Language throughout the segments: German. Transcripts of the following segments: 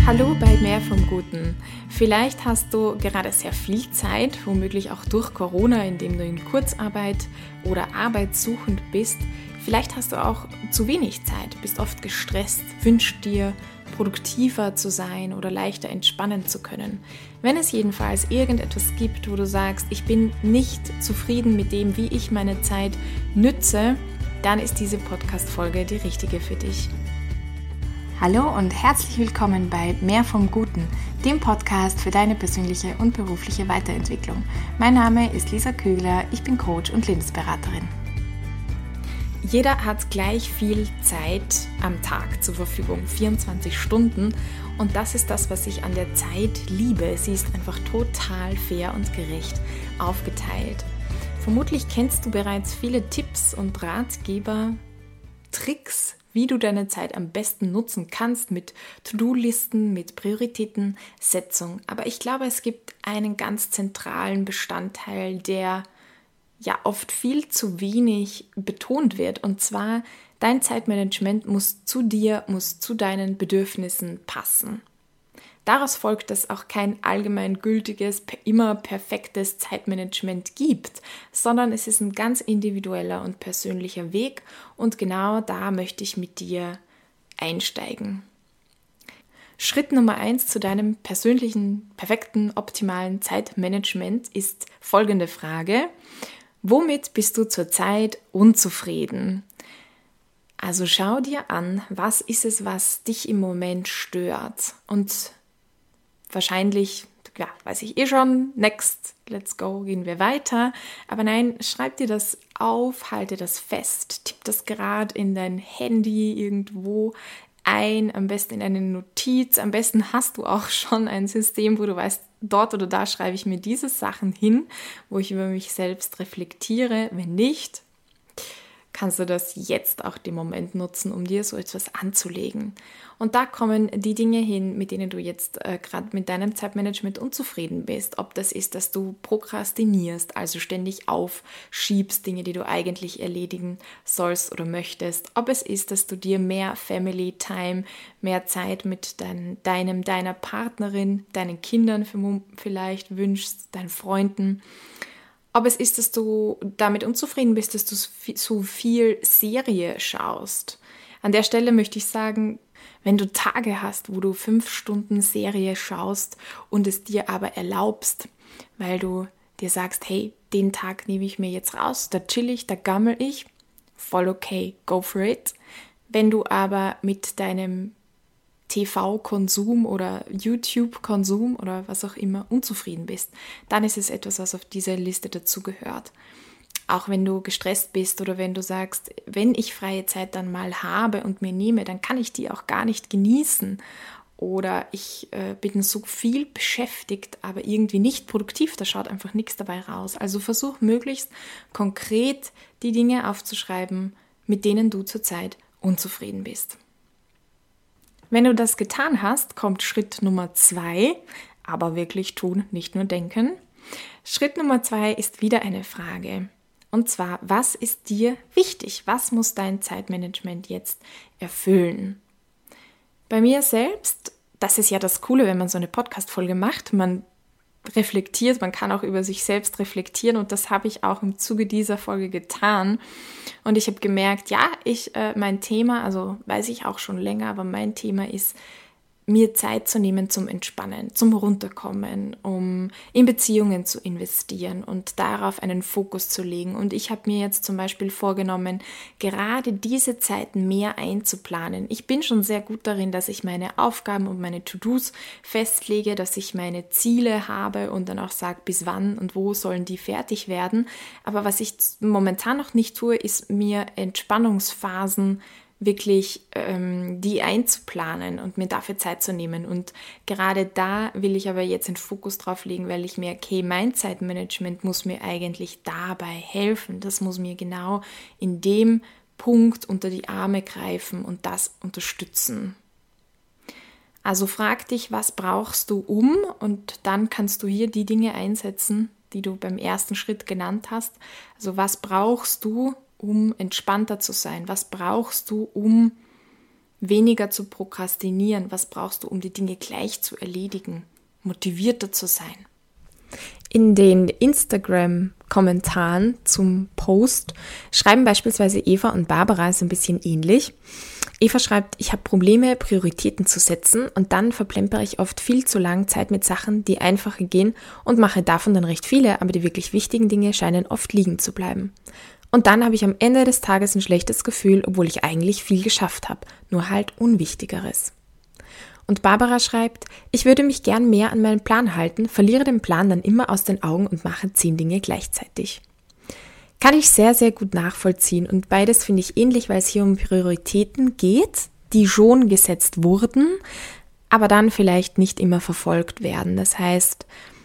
Hallo bei Mehr vom Guten. Vielleicht hast du gerade sehr viel Zeit, womöglich auch durch Corona, indem du in Kurzarbeit oder arbeitssuchend bist. Vielleicht hast du auch zu wenig Zeit, bist oft gestresst, wünschst dir, produktiver zu sein oder leichter entspannen zu können. Wenn es jedenfalls irgendetwas gibt, wo du sagst, ich bin nicht zufrieden mit dem, wie ich meine Zeit nütze, dann ist diese Podcast-Folge die richtige für dich. Hallo und herzlich willkommen bei Mehr vom Guten, dem Podcast für deine persönliche und berufliche Weiterentwicklung. Mein Name ist Lisa Kögler, ich bin Coach und Lebensberaterin. Jeder hat gleich viel Zeit am Tag zur Verfügung, 24 Stunden. Und das ist das, was ich an der Zeit liebe. Sie ist einfach total fair und gerecht aufgeteilt. Vermutlich kennst du bereits viele Tipps und Ratgeber, Tricks, wie du deine Zeit am besten nutzen kannst mit To-Do-Listen, mit Prioritätensetzung. Aber ich glaube, es gibt einen ganz zentralen Bestandteil, der ja oft viel zu wenig betont wird. Und zwar, dein Zeitmanagement muss zu dir, muss zu deinen Bedürfnissen passen. Daraus folgt, dass auch kein allgemeingültiges, immer perfektes Zeitmanagement gibt, sondern es ist ein ganz individueller und persönlicher Weg und genau da möchte ich mit dir einsteigen. Schritt Nummer 1 zu deinem persönlichen, perfekten, optimalen Zeitmanagement ist folgende Frage: Womit bist du zurzeit unzufrieden? Also schau dir an, was ist es, was dich im Moment stört? Und wahrscheinlich, ja, weiß ich schon, next, let's go, gehen wir weiter. Aber nein, schreib dir das auf, halte das fest, tipp das gerade in dein Handy irgendwo ein, am besten in eine Notiz. Am besten hast du auch schon ein System, wo du weißt, dort oder da schreibe ich mir diese Sachen hin, wo ich über mich selbst reflektiere. Wenn nicht, kannst du das jetzt auch den Moment nutzen, um dir so etwas anzulegen. Und da kommen die Dinge hin, mit denen du jetzt gerade mit deinem Zeitmanagement unzufrieden bist. Ob das ist, dass du prokrastinierst, also ständig aufschiebst, Dinge, die du eigentlich erledigen sollst oder möchtest. Ob es ist, dass du dir mehr Family Time, mehr Zeit mit deiner Partnerin, deinen Kindern vielleicht wünschst, deinen Freunden. Ob es ist, dass du damit unzufrieden bist, dass du so viel Serie schaust. An der Stelle möchte ich sagen, wenn du Tage hast, wo du 5 Stunden Serie schaust und es dir aber erlaubst, weil du dir sagst, hey, den Tag nehme ich mir jetzt raus, da chill ich, da gammel ich, voll okay, go for it. Wenn du aber mit deinem TV-Konsum oder YouTube-Konsum oder was auch immer unzufrieden bist, dann ist es etwas, was auf dieser Liste dazugehört. Auch wenn du gestresst bist oder wenn du sagst, wenn ich freie Zeit dann mal habe und mir nehme, dann kann ich die auch gar nicht genießen. Oder ich bin so viel beschäftigt, aber irgendwie nicht produktiv, da schaut einfach nichts dabei raus. Also versuch möglichst konkret die Dinge aufzuschreiben, mit denen du zurzeit unzufrieden bist. Wenn du das getan hast, kommt Schritt Nummer 2, aber wirklich tun, nicht nur denken. Schritt Nummer 2 ist wieder eine Frage. Und zwar, was ist dir wichtig? Was muss dein Zeitmanagement jetzt erfüllen? Bei mir selbst, das ist ja das Coole, wenn man so eine Podcast-Folge macht, man reflektiert, man kann auch über sich selbst reflektieren und das habe ich auch im Zuge dieser Folge getan und ich habe gemerkt, ja, mein Thema, also weiß ich auch schon länger, aber mein Thema ist, mir Zeit zu nehmen zum Entspannen, zum Runterkommen, um in Beziehungen zu investieren und darauf einen Fokus zu legen. Und ich habe mir jetzt zum Beispiel vorgenommen, gerade diese Zeit mehr einzuplanen. Ich bin schon sehr gut darin, dass ich meine Aufgaben und meine To-Dos festlege, dass ich meine Ziele habe und dann auch sage, bis wann und wo sollen die fertig werden. Aber was ich momentan noch nicht tue, ist mir Entspannungsphasen wirklich die einzuplanen und mir dafür Zeit zu nehmen. Und gerade da will ich aber jetzt den Fokus drauf legen, weil ich merke, okay, mein Zeitmanagement muss mir eigentlich dabei helfen. Das muss mir genau in dem Punkt unter die Arme greifen und das unterstützen. Also frag dich, was brauchst du und dann kannst du hier die Dinge einsetzen, die du beim ersten Schritt genannt hast. Also was brauchst du, um entspannter zu sein? Was brauchst du, um weniger zu prokrastinieren? Was brauchst du, um die Dinge gleich zu erledigen? Motivierter zu sein. In den Instagram-Kommentaren zum Post schreiben beispielsweise Eva und Barbara so ein bisschen ähnlich. Eva schreibt, ich habe Probleme, Prioritäten zu setzen und dann verplempere ich oft viel zu lang Zeit mit Sachen, die einfacher gehen und mache davon dann recht viele, aber die wirklich wichtigen Dinge scheinen oft liegen zu bleiben. Und dann habe ich am Ende des Tages ein schlechtes Gefühl, obwohl ich eigentlich viel geschafft habe, nur halt Unwichtigeres. Und Barbara schreibt, ich würde mich gern mehr an meinen Plan halten, verliere den Plan dann immer aus den Augen und mache 10 Dinge gleichzeitig. Kann ich sehr, sehr gut nachvollziehen und beides finde ich ähnlich, weil es hier um Prioritäten geht, die schon gesetzt wurden, aber dann vielleicht nicht immer verfolgt werden. Das heißt,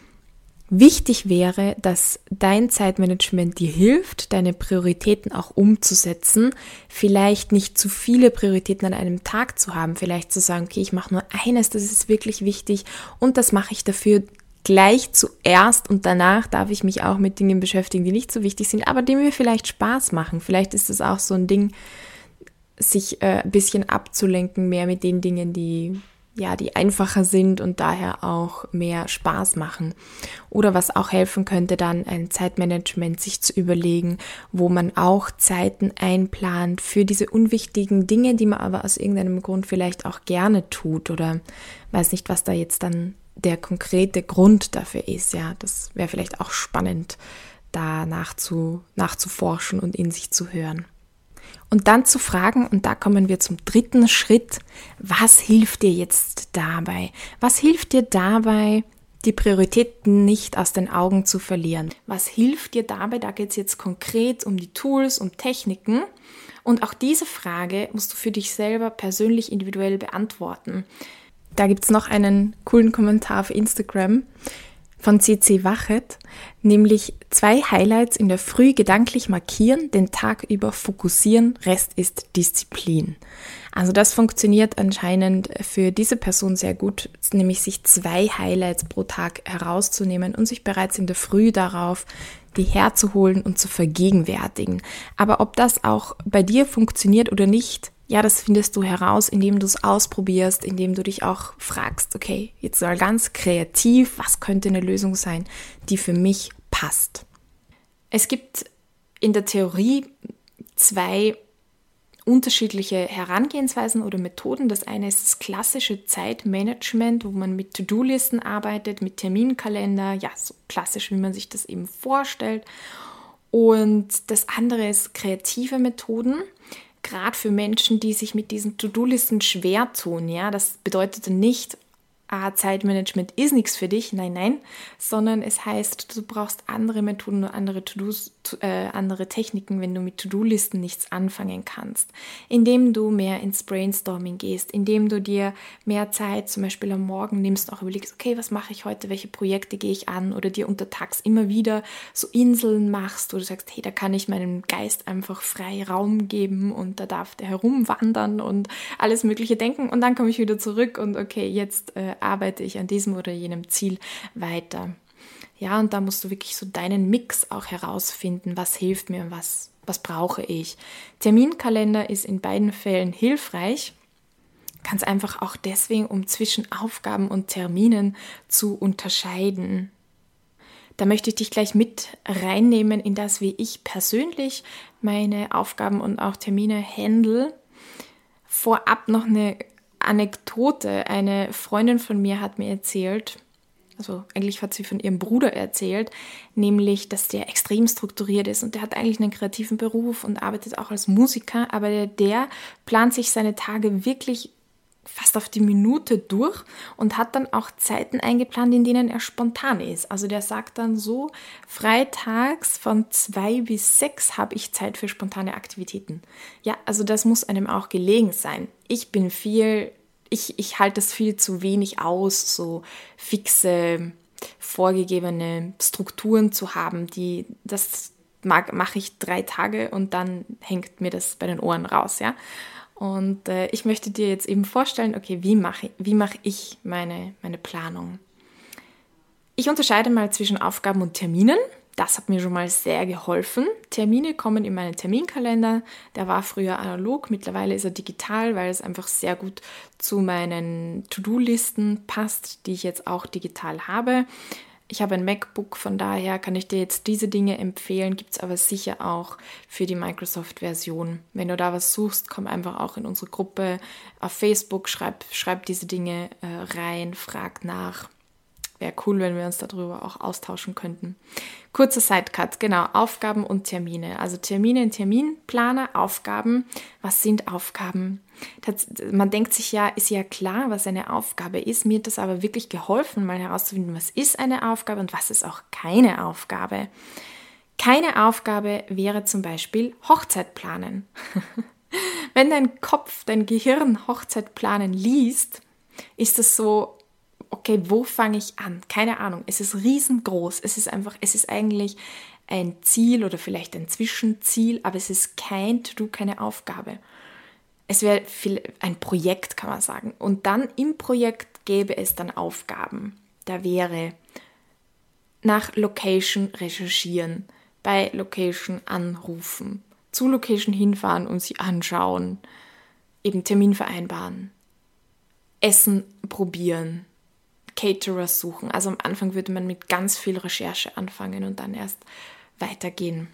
wichtig wäre, dass dein Zeitmanagement dir hilft, deine Prioritäten auch umzusetzen, vielleicht nicht zu viele Prioritäten an einem Tag zu haben, vielleicht zu sagen, okay, ich mache nur eines, das ist wirklich wichtig und das mache ich dafür gleich zuerst und danach darf ich mich auch mit Dingen beschäftigen, die nicht so wichtig sind, aber die mir vielleicht Spaß machen. Vielleicht ist es auch so ein Ding, sich ein bisschen abzulenken, mehr mit den Dingen, die einfacher sind und daher auch mehr Spaß machen. Oder was auch helfen könnte, dann ein Zeitmanagement sich zu überlegen, wo man auch Zeiten einplant für diese unwichtigen Dinge, die man aber aus irgendeinem Grund vielleicht auch gerne tut oder weiß nicht, was da jetzt dann der konkrete Grund dafür ist. Ja, das wäre vielleicht auch spannend, da nachzuforschen und in sich zu hören. Und dann zu fragen, und da kommen wir zum 3. Schritt, was hilft dir jetzt dabei? Was hilft dir dabei, die Prioritäten nicht aus den Augen zu verlieren? Was hilft dir dabei? Da geht es jetzt konkret um die Tools, um Techniken. Und auch diese Frage musst du für dich selber persönlich individuell beantworten. Da gibt es noch einen coolen Kommentar auf Instagram von CC Wachet, nämlich 2 Highlights in der Früh gedanklich markieren, den Tag über fokussieren, Rest ist Disziplin. Also das funktioniert anscheinend für diese Person sehr gut, nämlich sich 2 Highlights pro Tag herauszunehmen und sich bereits in der Früh darauf die herzuholen und zu vergegenwärtigen. Aber ob das auch bei dir funktioniert oder nicht, ja, das findest du heraus, indem du es ausprobierst, indem du dich auch fragst, okay, jetzt mal ganz kreativ, was könnte eine Lösung sein, die für mich passt. Es gibt in der Theorie 2 unterschiedliche Herangehensweisen oder Methoden. Das eine ist das klassische Zeitmanagement, wo man mit To-Do-Listen arbeitet, mit Terminkalender, ja, so klassisch, wie man sich das eben vorstellt. Und das andere ist kreative Methoden, gerade für Menschen, die sich mit diesen To-Do-Listen schwer tun. Ja, das bedeutet nicht, Zeitmanagement ist nichts für dich, nein, sondern es heißt, du brauchst andere Methoden und andere To-Dos, andere Techniken, wenn du mit To-Do-Listen nichts anfangen kannst. Indem du mehr ins Brainstorming gehst, indem du dir mehr Zeit zum Beispiel am Morgen nimmst, auch überlegst, okay, was mache ich heute, welche Projekte gehe ich an oder dir untertags immer wieder so Inseln machst, wo du sagst, hey, da kann ich meinem Geist einfach frei Raum geben und da darf der herumwandern und alles Mögliche denken und dann komme ich wieder zurück und okay, jetzt arbeite ich an diesem oder jenem Ziel weiter. Ja, und da musst du wirklich so deinen Mix auch herausfinden, was hilft mir, was brauche ich. Terminkalender ist in beiden Fällen hilfreich, ganz einfach auch deswegen, um zwischen Aufgaben und Terminen zu unterscheiden. Da möchte ich dich gleich mit reinnehmen in das, wie ich persönlich meine Aufgaben und auch Termine handle. Vorab noch eine Anekdote. Eine Freundin von mir hat mir erzählt, also eigentlich hat sie von ihrem Bruder erzählt, nämlich, dass der extrem strukturiert ist und der hat eigentlich einen kreativen Beruf und arbeitet auch als Musiker, aber der plant sich seine Tage wirklich fast auf die Minute durch und hat dann auch Zeiten eingeplant, in denen er spontan ist. Also der sagt dann so, freitags von 2 bis 6 habe ich Zeit für spontane Aktivitäten. Ja, also das muss einem auch gelegen sein. Ich halte es viel zu wenig aus, so fixe, vorgegebene Strukturen zu haben, mache ich 3 Tage und dann hängt mir das bei den Ohren raus, ja. Und ich möchte dir jetzt eben vorstellen, okay, wie mache ich meine Planung? Ich unterscheide mal zwischen Aufgaben und Terminen. Das hat mir schon mal sehr geholfen. Termine kommen in meinen Terminkalender. Der war früher analog, mittlerweile ist er digital, weil es einfach sehr gut zu meinen To-Do-Listen passt, die ich jetzt auch digital habe. Ich habe ein MacBook, von daher kann ich dir jetzt diese Dinge empfehlen, gibt es aber sicher auch für die Microsoft-Version. Wenn du da was suchst, komm einfach auch in unsere Gruppe auf Facebook, schreib diese Dinge rein, frag nach. Wäre cool, wenn wir uns darüber auch austauschen könnten. Kurzer Sidecut, genau, Aufgaben und Termine. Also Termine in Terminplaner, Aufgaben. Was sind Aufgaben? Man denkt sich ja, ist ja klar, was eine Aufgabe ist. Mir hat das aber wirklich geholfen, mal herauszufinden, was ist eine Aufgabe und was ist auch keine Aufgabe. Keine Aufgabe wäre zum Beispiel Hochzeit planen. Wenn dein Kopf, dein Gehirn Hochzeit planen liest, ist das so, okay, wo fange ich an? Keine Ahnung. Es ist riesengroß. Es ist eigentlich ein Ziel oder vielleicht ein Zwischenziel, aber es ist kein To-Do, keine Aufgabe. Es wäre ein Projekt, kann man sagen. Und dann im Projekt gäbe es dann Aufgaben. Da wäre nach Location recherchieren, bei Location anrufen, zu Location hinfahren und sie anschauen, eben Termin vereinbaren, Essen probieren, Caterer suchen. Also am Anfang würde man mit ganz viel Recherche anfangen und dann erst weitergehen.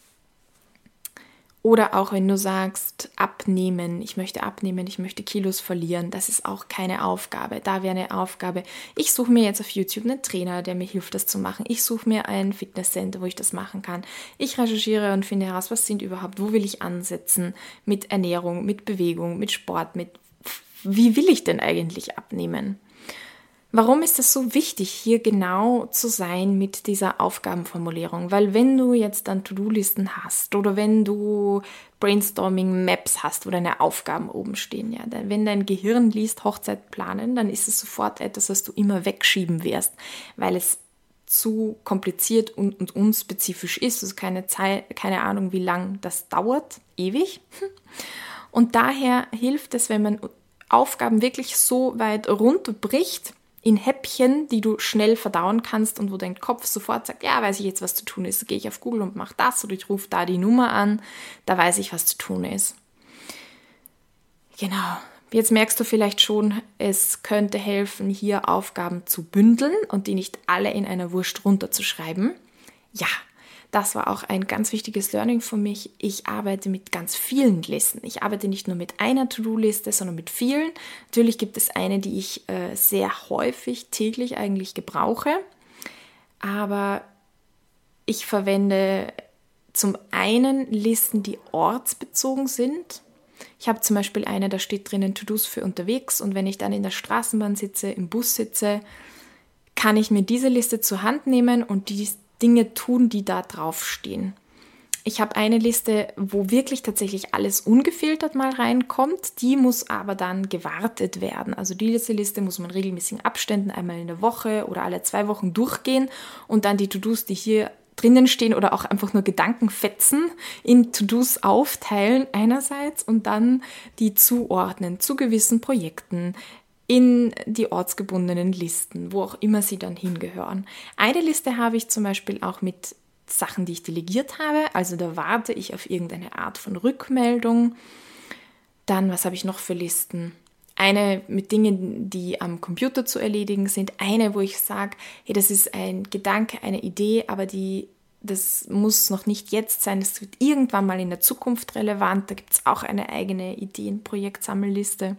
Oder auch wenn du sagst, abnehmen, ich möchte Kilos verlieren, das ist auch keine Aufgabe. Da wäre eine Aufgabe, ich suche mir jetzt auf YouTube einen Trainer, der mir hilft, das zu machen. Ich suche mir ein Fitnesscenter, wo ich das machen kann. Ich recherchiere und finde heraus, was sind überhaupt, wo will ich ansetzen mit Ernährung, mit Bewegung, mit Sport, wie will ich denn eigentlich abnehmen? Warum ist es so wichtig, hier genau zu sein mit dieser Aufgabenformulierung? Weil wenn du jetzt dann To-Do-Listen hast oder wenn du Brainstorming-Maps hast, wo deine Aufgaben oben stehen, ja, wenn dein Gehirn liest Hochzeit planen, dann ist es sofort etwas, was du immer wegschieben wirst, weil es zu kompliziert und unspezifisch ist. Also keine Ahnung, wie lang das dauert, ewig. Und daher hilft es, wenn man Aufgaben wirklich so weit runterbricht, in Häppchen, die du schnell verdauen kannst und wo dein Kopf sofort sagt, ja, weiß ich jetzt, was zu tun ist, gehe ich auf Google und mache das oder ich rufe da die Nummer an, da weiß ich, was zu tun ist. Genau, jetzt merkst du vielleicht schon, es könnte helfen, hier Aufgaben zu bündeln und die nicht alle in einer Wurst runterzuschreiben. Ja, das war auch ein ganz wichtiges Learning für mich. Ich arbeite mit ganz vielen Listen. Ich arbeite nicht nur mit einer To-Do-Liste, sondern mit vielen. Natürlich gibt es eine, die ich sehr häufig, täglich eigentlich gebrauche. Aber ich verwende zum einen Listen, die ortsbezogen sind. Ich habe zum Beispiel eine, da steht drinnen To-Dos für unterwegs. Und wenn ich dann in der Straßenbahn sitze, im Bus sitze, kann ich mir diese Liste zur Hand nehmen und die Dinge tun, die da draufstehen. Ich habe eine Liste, wo wirklich tatsächlich alles ungefiltert mal reinkommt. Die muss aber dann gewartet werden. Also diese Liste muss man regelmäßigen Abständen einmal in der Woche oder alle 2 Wochen durchgehen und dann die To-Dos, die hier drinnen stehen oder auch einfach nur Gedankenfetzen in To-Dos aufteilen einerseits und dann die zuordnen zu gewissen Projekten, in die ortsgebundenen Listen, wo auch immer sie dann hingehören. Eine Liste habe ich zum Beispiel auch mit Sachen, die ich delegiert habe. Also da warte ich auf irgendeine Art von Rückmeldung. Dann, was habe ich noch für Listen? Eine mit Dingen, die am Computer zu erledigen sind. Eine, wo ich sage, hey, das ist ein Gedanke, eine Idee, aber das muss noch nicht jetzt sein. Das wird irgendwann mal in der Zukunft relevant. Da gibt es auch eine eigene Ideen-Projektsammelliste.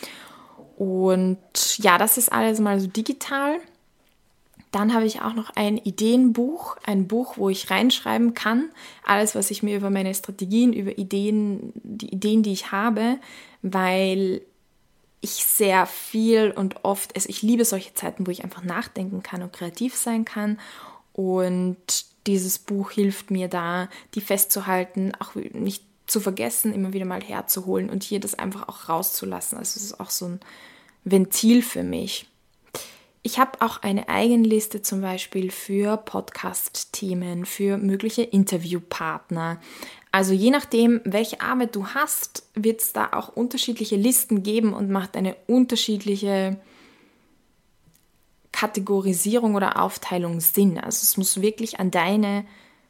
Und ja, das ist alles mal so digital. Dann habe ich auch noch ein Ideenbuch, ein Buch, wo ich reinschreiben kann. Alles, was ich mir über meine Strategien, über die Ideen, die ich habe, weil ich sehr viel und oft, also ich liebe solche Zeiten, wo ich einfach nachdenken kann und kreativ sein kann. Und dieses Buch hilft mir da, die festzuhalten, auch nicht zu vergessen, immer wieder mal herzuholen und hier das einfach auch rauszulassen. Also es ist auch so ein Ventil für mich. Ich habe auch eine Eigenliste zum Beispiel für Podcast-Themen, für mögliche Interviewpartner. Also je nachdem, welche Arbeit du hast, wird es da auch unterschiedliche Listen geben und macht eine unterschiedliche Kategorisierung oder Aufteilung Sinn. Also es muss wirklich an deine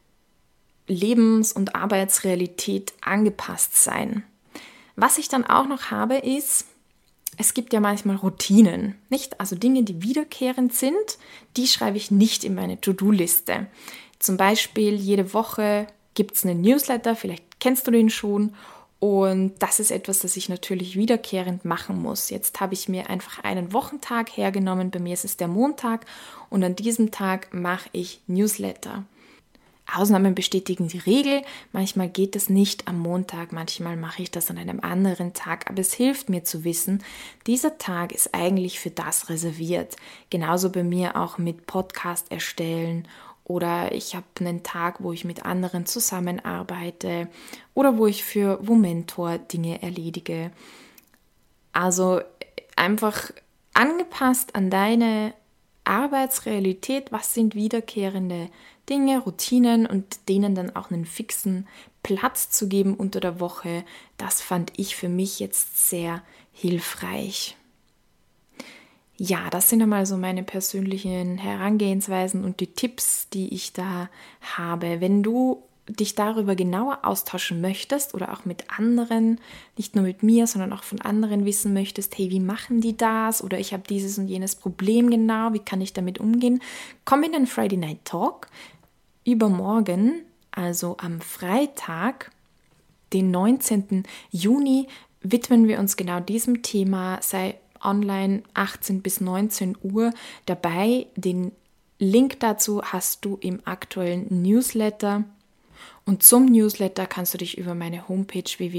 Lebens- und Arbeitsrealität angepasst sein. Was ich dann auch noch habe ist, es gibt ja manchmal Routinen, nicht? Also Dinge, die wiederkehrend sind, die schreibe ich nicht in meine To-Do-Liste. Zum Beispiel jede Woche gibt es einen Newsletter, vielleicht kennst du den schon. Und das ist etwas, das ich natürlich wiederkehrend machen muss. Jetzt habe ich mir einfach einen Wochentag hergenommen. Bei mir ist es der Montag und an diesem Tag mache ich Newsletter. Ausnahmen bestätigen die Regel. Manchmal geht es nicht am Montag, manchmal mache ich das an einem anderen Tag. Aber es hilft mir zu wissen, dieser Tag ist eigentlich für das reserviert. Genauso bei mir auch mit Podcast erstellen. Oder ich habe einen Tag, wo ich mit anderen zusammenarbeite oder wo ich für Womentor Dinge erledige. Also einfach angepasst an deine Arbeitsrealität, was sind wiederkehrende Dinge, Routinen und denen dann auch einen fixen Platz zu geben unter der Woche, das fand ich für mich jetzt sehr hilfreich. Ja, das sind einmal so meine persönlichen Herangehensweisen und die Tipps, die ich da habe. Wenn du dich darüber genauer austauschen möchtest oder auch mit anderen, nicht nur mit mir, sondern auch von anderen wissen möchtest, hey, wie machen die das? Oder ich habe dieses und jenes Problem genau, wie kann ich damit umgehen? Komm in den Friday Night Talk. Übermorgen, also am Freitag, den 19. Juni, widmen wir uns genau diesem Thema, sei online 18 bis 19 Uhr dabei. Den Link dazu hast du im aktuellen Newsletter. Und zum Newsletter kannst du dich über meine Homepage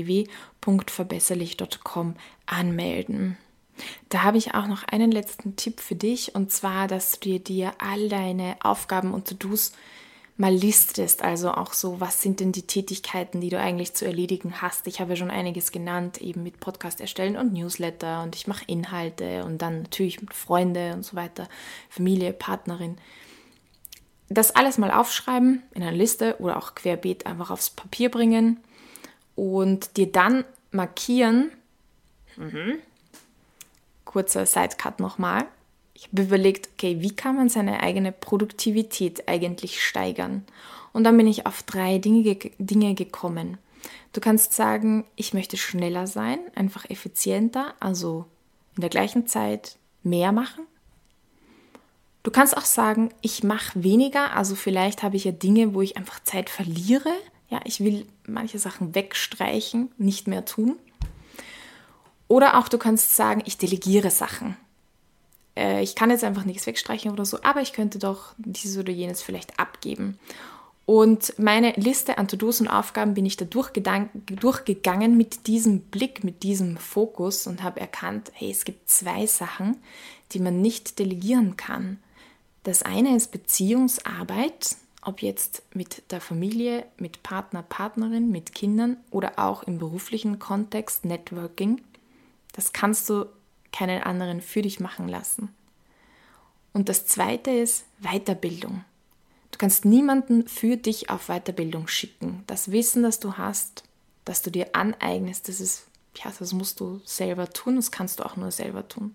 www.verbesserlich.com anmelden. Da habe ich auch noch einen letzten Tipp für dich, und zwar, dass du dir all deine Aufgaben und To-Dos mal listest, also auch so, was sind denn die Tätigkeiten, die du eigentlich zu erledigen hast. Ich habe ja schon einiges genannt, eben mit Podcast erstellen und Newsletter, und ich mache Inhalte und dann natürlich mit Freunde und so weiter, Familie, Partnerin. Das alles mal aufschreiben in einer Liste oder auch querbeet einfach aufs Papier bringen und dir dann markieren. Kurzer Sidecut nochmal. Ich habe überlegt, okay, wie kann man seine eigene Produktivität eigentlich steigern? Und dann bin ich auf 3 Dinge gekommen. Du kannst sagen, ich möchte schneller sein, einfach effizienter, also in der gleichen Zeit mehr machen. Du kannst auch sagen, ich mache weniger, also vielleicht habe ich ja Dinge, wo ich einfach Zeit verliere. Ja, ich will manche Sachen wegstreichen, nicht mehr tun. Oder auch du kannst sagen, ich delegiere Sachen. Ich kann jetzt einfach nichts wegstreichen oder so, aber ich könnte doch dieses oder jenes vielleicht abgeben. Und meine Liste an To-Dos und Aufgaben bin ich da durchgegangen mit diesem Blick, mit diesem Fokus und habe erkannt, hey, es gibt 2 Sachen, die man nicht delegieren kann. Das eine ist Beziehungsarbeit, ob jetzt mit der Familie, mit Partner, Partnerin, mit Kindern oder auch im beruflichen Kontext, Networking. Das kannst du keinen anderen für dich machen lassen. Und das zweite ist Weiterbildung. Du kannst niemanden für dich auf Weiterbildung schicken. Das Wissen, das du hast, das du dir aneignest, das musst du selber tun, das kannst du auch nur selber tun.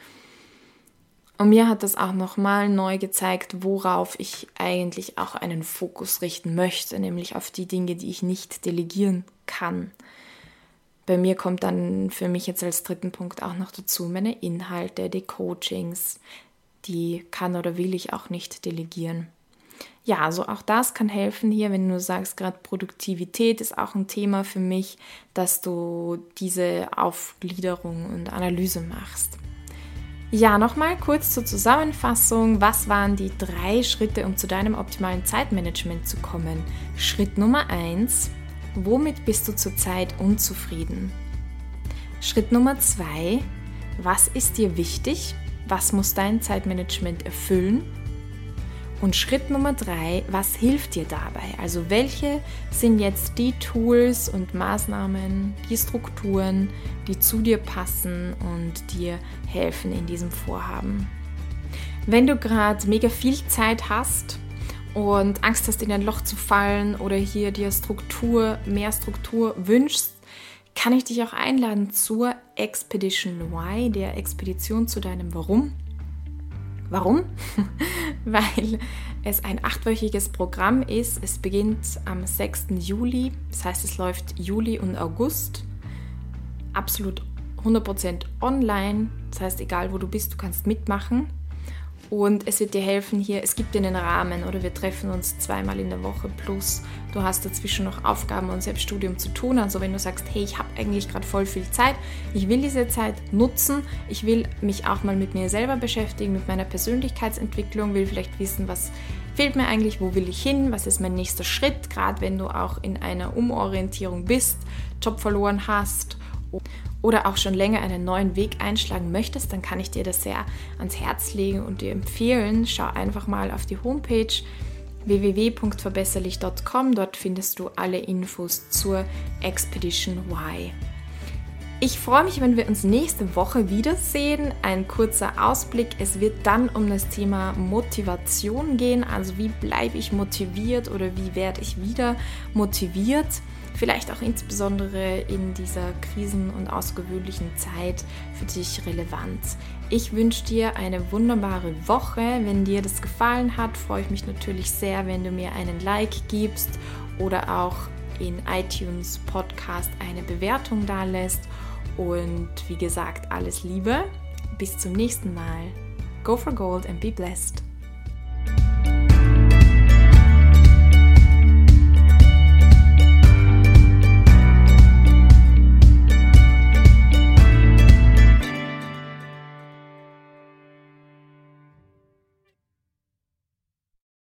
Und mir hat das auch nochmal neu gezeigt, worauf ich eigentlich auch einen Fokus richten möchte, nämlich auf die Dinge, die ich nicht delegieren kann. Bei mir kommt dann für mich jetzt als 3. Punkt auch noch dazu meine Inhalte, die Coachings, die kann oder will ich auch nicht delegieren. Ja, also auch das kann helfen hier, wenn du sagst, gerade Produktivität ist auch ein Thema für mich, dass du diese Aufgliederung und Analyse machst. Ja, nochmal kurz zur Zusammenfassung. Was waren die 3 Schritte, um zu deinem optimalen Zeitmanagement zu kommen? Schritt Nummer 1. Womit bist du zurzeit unzufrieden? Schritt Nummer 2. Was ist dir wichtig? Was muss dein Zeitmanagement erfüllen? Und Schritt Nummer 3. Was hilft dir dabei? Also welche sind jetzt die Tools und Maßnahmen, die Strukturen, die zu dir passen und dir helfen in diesem Vorhaben? Wenn du gerade mega viel Zeit hast und Angst hast, in ein Loch zu fallen oder hier dir mehr Struktur wünschst, kann ich dich auch einladen zur Expedition Y, der Expedition zu deinem Warum. Warum? Weil es ein 8-wöchiges Programm ist. Es beginnt am 6. Juli, das heißt, es läuft Juli und August. Absolut 100% online, das heißt, egal wo du bist, du kannst mitmachen. Und es wird dir helfen hier, es gibt dir einen Rahmen oder wir treffen uns 2-mal in der Woche plus du hast dazwischen noch Aufgaben und Selbststudium zu tun. Also wenn du sagst, hey, ich habe eigentlich gerade voll viel Zeit, ich will diese Zeit nutzen, ich will mich auch mal mit mir selber beschäftigen, mit meiner Persönlichkeitsentwicklung, will vielleicht wissen, was fehlt mir eigentlich, wo will ich hin, was ist mein nächster Schritt, gerade wenn du auch in einer Umorientierung bist, Job verloren hast oder auch schon länger einen neuen Weg einschlagen möchtest, dann kann ich dir das sehr ans Herz legen und dir empfehlen. Schau einfach mal auf die Homepage www.verbesserlich.com. Dort findest du alle Infos zur Expedition Y. Ich freue mich, wenn wir uns nächste Woche wiedersehen. Ein kurzer Ausblick. Es wird dann um das Thema Motivation gehen. Also wie bleibe ich motiviert oder wie werde ich wieder motiviert? Vielleicht auch insbesondere in dieser krisen- und außergewöhnlichen Zeit für dich relevant. Ich wünsche dir eine wunderbare Woche. Wenn dir das gefallen hat, freue ich mich natürlich sehr, wenn du mir einen Like gibst oder auch in iTunes Podcast eine Bewertung dalässt. Und wie gesagt, alles Liebe. Bis zum nächsten Mal. Go for gold and be blessed.